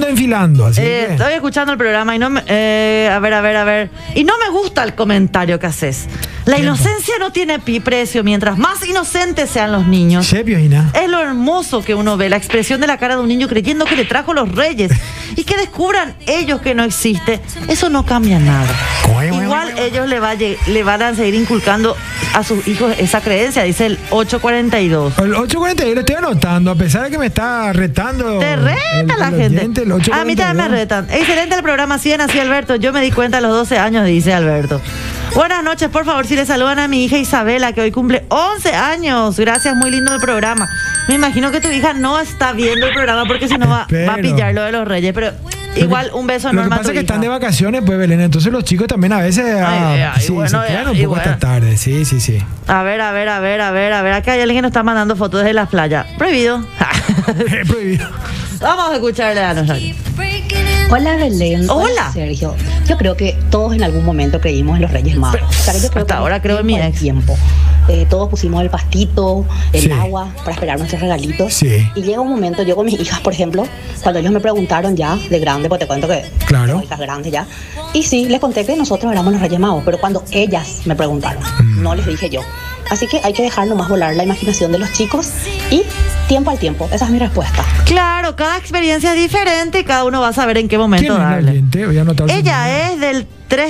Speaker 1: que-
Speaker 2: Estoy escuchando el programa y no me... a ver. Y no me gusta el comentario que haces. La inocencia no tiene precio. Mientras más inocentes sean los niños,
Speaker 1: Sí, Piojina.
Speaker 2: es lo hermoso que uno ve. La expresión de la cara de un niño creyendo que le trajo los reyes. Y que descubran ellos que no existe. Eso no cambia nada. Igual ellos le van a seguir inculcando a sus hijos esa creencia, dice el 842.
Speaker 1: El 842 lo estoy anotando, a pesar de que me está retando.
Speaker 2: Te reta la gente.
Speaker 1: oyente, el
Speaker 2: A mí también me
Speaker 1: 842.
Speaker 2: retan. Excelente el programa, siguen así, Alberto. Yo me di cuenta a los 12 años, dice Alberto. Buenas noches, por favor, si le saludan a mi hija Isabela, que hoy cumple 11 años. Gracias, muy lindo el programa. Me imagino que tu hija no está viendo el programa porque si no va a
Speaker 1: Espero.
Speaker 2: pillar lo de los reyes, pero igual un beso
Speaker 1: Lo que
Speaker 2: enorme a
Speaker 1: pasa
Speaker 2: tu
Speaker 1: es que
Speaker 2: hija.
Speaker 1: están de vacaciones, pues, Belén. Entonces los chicos también a veces sí,
Speaker 2: bueno,
Speaker 1: se quedan un
Speaker 2: y
Speaker 1: poco
Speaker 2: bueno.
Speaker 1: hasta tarde. Sí.
Speaker 2: A ver. Acá hay alguien que nos está mandando fotos desde las playas. Prohibido.
Speaker 1: Prohibido.
Speaker 2: Vamos a escucharle a nosotros.
Speaker 6: Hola Belén.
Speaker 2: Hola.
Speaker 6: Sergio. Yo creo que todos en algún momento creímos en los Reyes Magos.
Speaker 2: Pero,
Speaker 6: O sea, que yo creo
Speaker 2: hasta
Speaker 6: que
Speaker 2: ahora creo en mi
Speaker 6: tiempo al
Speaker 2: ex.
Speaker 6: tiempo. Todos pusimos el pastito, el
Speaker 1: Sí.
Speaker 6: agua para esperar nuestros regalitos.
Speaker 1: Sí.
Speaker 6: Y llega un momento, yo con mis hijas, por ejemplo, cuando ellos me preguntaron ya de grande, porque te cuento que
Speaker 1: Claro.
Speaker 6: tengo hijas grandes ya. Y sí, les conté que nosotros éramos los Reyes Magos, pero cuando ellas me preguntaron, no les dije yo. Así que hay que dejar nomás volar la imaginación de los chicos y tiempo al tiempo. Esa es mi respuesta.
Speaker 2: Claro, cada experiencia es diferente y cada uno va a saber en qué momento
Speaker 1: ¿Quién es la
Speaker 2: darle.
Speaker 1: oyente? Voy a anotar su número.
Speaker 2: Ella es del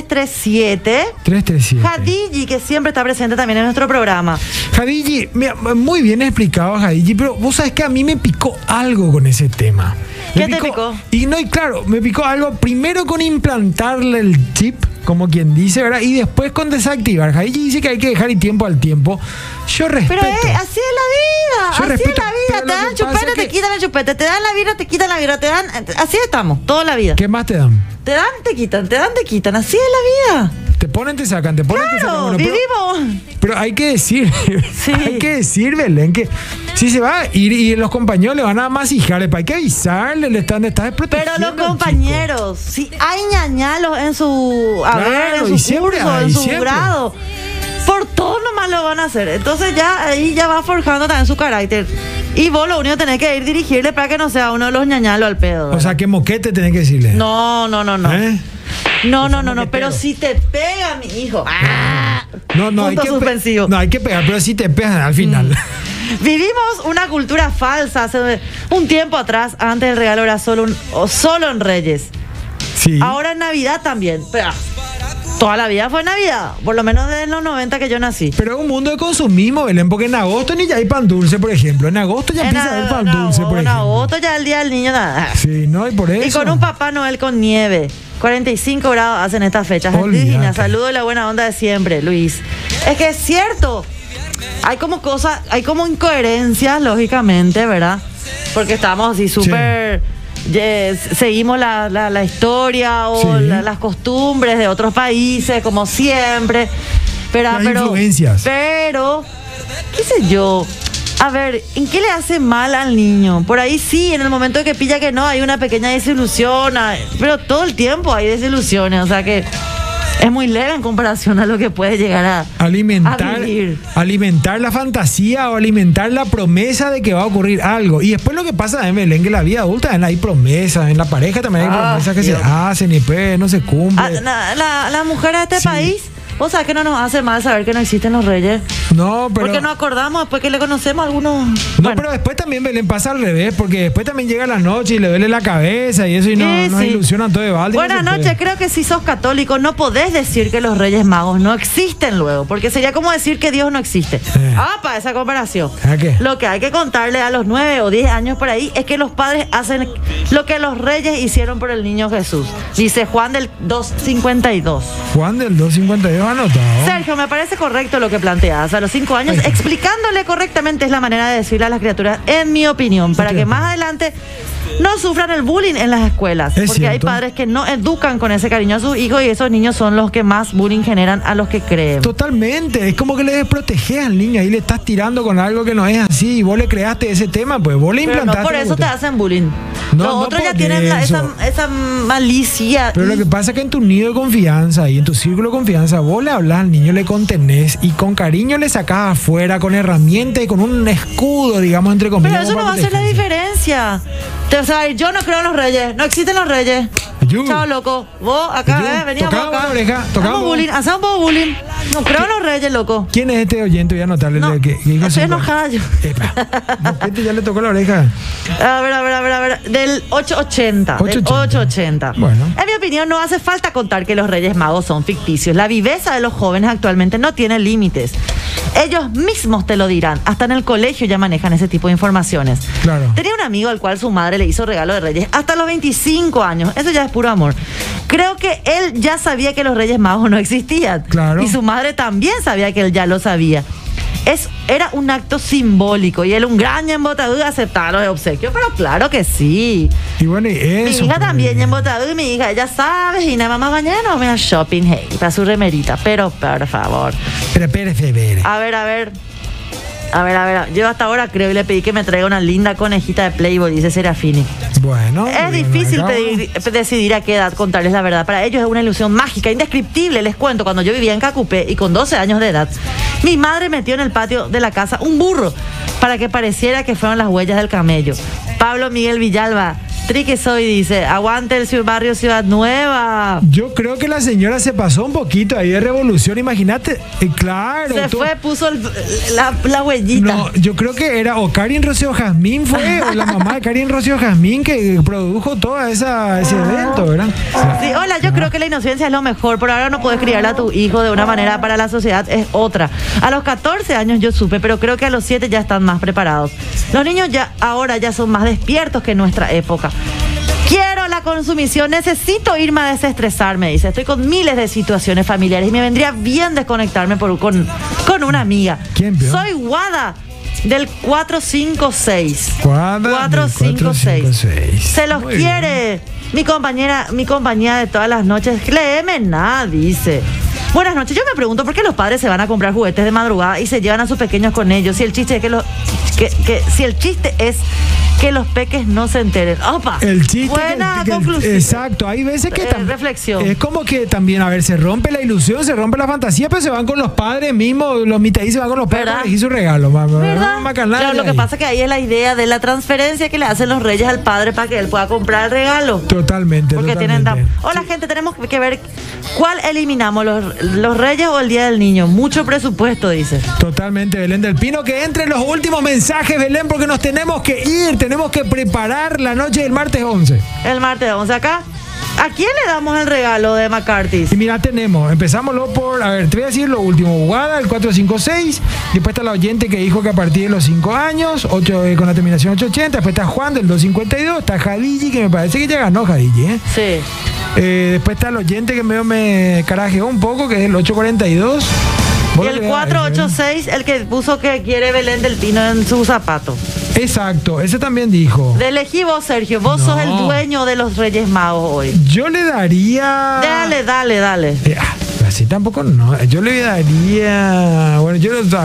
Speaker 2: 337.
Speaker 1: 337.
Speaker 2: Hadiji, que siempre está presente también en nuestro programa.
Speaker 1: Jadigi, mira, muy bien explicado, Jadigi, pero vos sabés que a mí me picó algo con ese tema.
Speaker 2: ¿Qué te picó?
Speaker 1: Y claro, me picó algo primero con implantarle el chip, como quien dice, ¿verdad? Y después con desactivar. Jadigi dice que hay que dejar el tiempo al tiempo. Yo respeto.
Speaker 2: Pero así es la vida.
Speaker 1: Yo
Speaker 2: Así
Speaker 1: respeto,
Speaker 2: es la vida.
Speaker 1: pero
Speaker 2: Te
Speaker 1: lo
Speaker 2: dan
Speaker 1: que pasa
Speaker 2: chupete,
Speaker 1: es
Speaker 2: te
Speaker 1: que-
Speaker 2: quitan el chupete. Te dan la birra, te quitan la birra. Te dan. Así estamos, toda la vida.
Speaker 1: ¿Qué más te dan?
Speaker 2: Te dan, te quitan, te dan, te quitan. Así es la vida.
Speaker 1: Te ponen, te sacan, te ponen, te sacan.
Speaker 2: Claro,
Speaker 1: Bueno,
Speaker 2: vivimos.
Speaker 1: pero hay que decir,
Speaker 2: Sí.
Speaker 1: hay que decir, Belén, que si se va a ir y los compañeros le van a masijar, hay que avisarle, le estás
Speaker 2: Pero
Speaker 1: desprotegiendo
Speaker 2: los
Speaker 1: al chico.
Speaker 2: compañeros, si hay ñañalos en su
Speaker 1: Claro,
Speaker 2: en
Speaker 1: y
Speaker 2: su
Speaker 1: siempre
Speaker 2: curso,
Speaker 1: hay,
Speaker 2: en su
Speaker 1: siempre.
Speaker 2: grado, ¿por por todo nomás lo van a hacer. Entonces ya ahí ya va forjando también su carácter. Y vos lo único que tenés que ir dirigirle para que no sea uno de los ñañalos al pedo, ¿verdad?
Speaker 1: O sea, que moquete tenés que decirle.
Speaker 2: No.
Speaker 1: ¿Eh?
Speaker 2: No, pero si te pega mi hijo.
Speaker 1: No, hay
Speaker 2: Punto
Speaker 1: que
Speaker 2: suspensivo.
Speaker 1: no hay que pegar, pero si te pegan al final.
Speaker 2: Vivimos una cultura falsa hace un tiempo atrás. Antes el regalo era solo en Reyes.
Speaker 1: Sí.
Speaker 2: Ahora en Navidad también. Pero toda la vida fue Navidad. Por lo menos desde los 90 que yo nací.
Speaker 1: Pero es un mundo de consumismo, Belén, porque en agosto ni ya hay pan dulce, por ejemplo. En agosto ya empieza a haber pan dulce, por ejemplo.
Speaker 2: En agosto ya el día del niño nada.
Speaker 1: Sí, no, y por eso.
Speaker 2: Y con un Papá Noel con nieve. 45 grados hacen estas fechas. Virginia, saludo y la buena onda de siempre, Luis. Es que es cierto. Hay como cosas, hay como incoherencias, lógicamente, ¿verdad? Porque estamos así súper... seguimos la historia o las costumbres de otros países, como siempre. Pero
Speaker 1: influencias.
Speaker 2: Pero, qué sé yo... A ver, ¿en qué le hace mal al niño? Por ahí sí, en el momento de que pilla que no, hay una pequeña desilusión, pero todo el tiempo hay desilusiones, o sea que es muy leve en comparación a lo que puede llegar a vivir.
Speaker 1: Alimentar la fantasía o alimentar la promesa de que va a ocurrir algo. Y después lo que pasa en Belén, que en la vida adulta hay promesas, en la pareja también hay promesas que se hacen y pues no se cumplen.
Speaker 2: Las mujeres de este país... ¿Vos sabés que no nos hace mal saber que no existen los reyes?
Speaker 1: No, pero...
Speaker 2: Porque nos acordamos después que le conocemos a algunos...
Speaker 1: No, bueno. Pero después también Belén pasa al revés, porque después también llega la noche y le duele la cabeza y eso y nos ilusionan todo de balde.
Speaker 2: Buenas noches, creo que si sos católico no podés decir que los reyes magos no existen luego, porque sería como decir que Dios no existe. Para esa comparación.
Speaker 1: ¿A qué?
Speaker 2: Lo que hay que contarle a los 9 o 10 años por ahí es que los padres hacen lo que los reyes hicieron por el niño Jesús. Dice Juan del 252.
Speaker 1: Juan del 252 anotado.
Speaker 2: Sergio, me parece correcto lo que planteas. A los 5 años, explicándole correctamente es la manera de decirle a las criaturas, en mi opinión, para que más adelante no sufran el bullying en las escuelas. Porque cierto. Hay padres que no educan con ese cariño a sus hijos y esos niños son los que más bullying generan a los que creen.
Speaker 1: Totalmente, es como que le desproteges al niño, ahí le estás tirando con algo que no es así y vos le creaste ese tema, pues vos le implantaste.
Speaker 2: Pero no por eso te hacen bullying. Los otros ya tienen esa malicia.
Speaker 1: Pero lo que pasa es que en tu nido de confianza y en tu círculo de confianza vos le hablas al niño, le contenés y con cariño le sacás afuera con herramientas y con un escudo, digamos, entre comillas.
Speaker 2: Pero eso no va a hacer la diferencia. O sea, yo no creo en los reyes, no existen los reyes. Chao, loco. Vos acá, veníamos acá. Hacemos bullying, hacemos un poco bullying. No creo en los reyes, loco.
Speaker 1: ¿Quién es este oyente? Voy a anotarle.
Speaker 2: No, estoy enojada yo.
Speaker 1: Este ya le tocó la oreja.
Speaker 2: A ver. Del 880. Del 880.
Speaker 1: Bueno.
Speaker 2: En mi opinión, no hace falta contar que los reyes magos son ficticios. La viveza de los jóvenes actualmente no tiene límites. Ellos mismos te lo dirán. Hasta en el colegio ya manejan ese tipo de informaciones.
Speaker 1: Claro.
Speaker 2: Tenía un amigo al cual su madre le hizo regalo de reyes hasta los 25 años. Eso ya es puro amor. Creo que él ya sabía que los reyes magos no existían.
Speaker 1: Claro.
Speaker 2: Y su madre también sabía que él ya lo sabía. Era un acto simbólico y él un gran embotadú de aceptar los obsequios, pero claro que sí.
Speaker 1: Y bueno, y eso.
Speaker 2: Mi hija también embotadú y mi hija, ella sabe, y nada más mañana me a shopping, hey, para su remerita, pero por favor.
Speaker 1: Pero espérese.
Speaker 2: A ver. Yo hasta ahora creo y le pedí que me traiga una linda conejita de Playboy, dice Serafini.
Speaker 1: Bueno.
Speaker 2: Es difícil decidir a qué edad contarles la verdad. Para ellos es una ilusión mágica, indescriptible. Les cuento, cuando yo vivía en Cacupé y con 12 años de edad, mi madre metió en el patio de la casa un burro para que pareciera que fueron las huellas del camello. Pablo Miguel Villalba, trique soy, dice, aguante el barrio Ciudad Nueva.
Speaker 1: Yo creo que la señora se pasó un poquito ahí de revolución, imagínate, claro.
Speaker 2: Puso la huellita.
Speaker 1: No, yo creo que era o Karin Rocío Jazmín o la mamá de Karin Rocío Jazmín que produjo todo ese evento, ¿verdad?
Speaker 2: Sí, hola, yo creo que la inocencia es lo mejor, por ahora no puedes criar a tu hijo de una manera, para la sociedad es otra. A los 14 años yo supe, pero creo que a los 7 ya están más preparados. Los niños ahora ya son más despiertos que en nuestra época. Quiero la consumición, necesito irme a desestresarme, dice. Estoy con miles de situaciones familiares y me vendría bien desconectarme con una amiga.
Speaker 1: ¿Quién vio?
Speaker 2: Soy Guada del 456.
Speaker 1: Guada 456.
Speaker 2: Se los muy quiere. Mi compañía de todas las noches. Léeme nada, dice. Buenas noches. Yo me pregunto por qué los padres se van a comprar juguetes de madrugada y se llevan a sus pequeños con ellos. Si el chiste es que los peques no se enteren. ¡Opa!
Speaker 1: El chiste.
Speaker 2: Buena conclusión.
Speaker 1: Exacto. Hay veces que también.
Speaker 2: Reflexión.
Speaker 1: Es como que también, a ver, se rompe la ilusión, se rompe la fantasía, pero se van con los padres mismos, los mitadís se van con los padres para elegir su regalo.
Speaker 2: ¿Verdad? Claro, lo que pasa es que ahí es la idea de la transferencia que le hacen los reyes al padre para que él pueda comprar el regalo.
Speaker 1: Totalmente.
Speaker 2: Porque tienen. Hola, gente, tenemos que ver cuál eliminamos, los reyes o el día del niño. Mucho presupuesto, dice.
Speaker 1: Totalmente, Belén del Pino. Que entren los últimos mensajes, Belén, porque nos tenemos que ir, tenemos que preparar la noche del martes 11.
Speaker 2: El martes 11 acá. ¿A quién le damos el regalo de McCarthy?
Speaker 1: Y mira, empezámoslo por, a ver, te voy a decir lo último. Guada, el 456. Después está la oyente que dijo que a partir de los 5 años, 8 con la terminación 880. Después está Juan del 252. Está Jadigi, que me parece que ya ganó Jadigi, ¿eh?
Speaker 2: Sí.
Speaker 1: Después está el oyente que me carajeó un poco, que es el 842.
Speaker 2: Y el 486, el que puso que quiere Belén del Pino en su zapato.
Speaker 1: Exacto, ese también dijo.
Speaker 2: Elegí vos, Sergio. Vos sos el dueño de los Reyes Magos hoy.
Speaker 1: Yo le daría...
Speaker 2: Dale.
Speaker 1: Así tampoco no. Yo le daría... Bueno,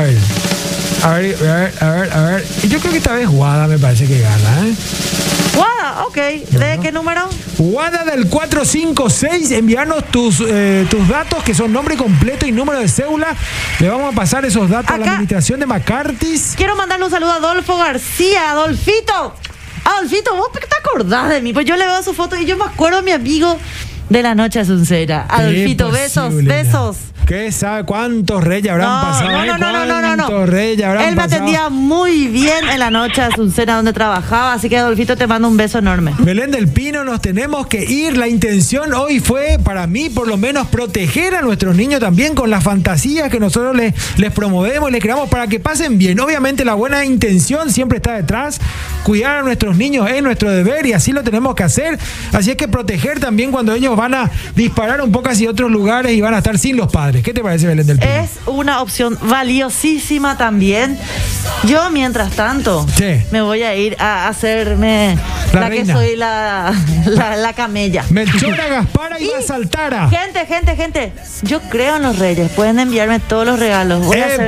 Speaker 1: A ver. Yo creo que esta vez Guada me parece que gana, ¿eh?
Speaker 2: Guada, ok. ¿De qué número?
Speaker 1: Guada del 456. Envíanos tus datos, que son nombre completo y número de cédula. Le vamos a pasar esos datos a la administración de McCarthy.
Speaker 2: Quiero mandarle un saludo a Adolfo García. Adolfito, ¿vos te acordás de mí? Pues yo le veo su foto y yo me acuerdo de mi amigo de la noche azucera. Adolfito, besos.
Speaker 1: ¿Qué sabe cuántos reyes habrán pasado?
Speaker 2: No.
Speaker 1: ¿Cuántos reyes habrán pasado?
Speaker 2: Él me atendía muy bien en la noche azucena donde trabajaba, así que Adolfito, te mando un beso enorme.
Speaker 1: Belén del Pino, nos tenemos que ir. La intención hoy fue, para mí, por lo menos, proteger a nuestros niños también con las fantasías que nosotros les promovemos, les creamos para que pasen bien. Obviamente la buena intención siempre está detrás. Cuidar a nuestros niños es nuestro deber y así lo tenemos que hacer. Así es que proteger también cuando ellos van a disparar un poco hacia otros lugares y van a estar sin los padres. ¿Qué te parece, Belén del Pino?
Speaker 2: Es una opción valiosísima también. Yo, mientras tanto, me voy a ir a hacerme la reina. Que soy la camella.
Speaker 1: Melchora, Gaspara y Basaltara.
Speaker 2: Gente, yo creo en los reyes. Pueden enviarme todos los regalos.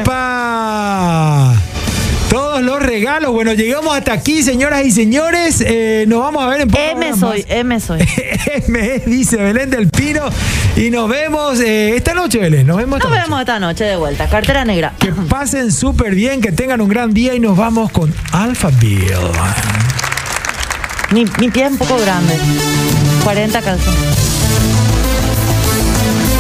Speaker 1: ¡Epa! Todos los regalos. Bueno, llegamos hasta aquí, señoras y señores. Nos vamos a ver en poco.
Speaker 2: M soy.
Speaker 1: M, dice Belén del Pino. Y nos vemos esta noche, Belén. Nos vemos
Speaker 2: esta noche de vuelta. Cartera negra.
Speaker 1: Que pasen súper bien, que tengan un gran día y nos vamos con Alphaville.
Speaker 2: Mi pie es un poco grande. 40 calzones.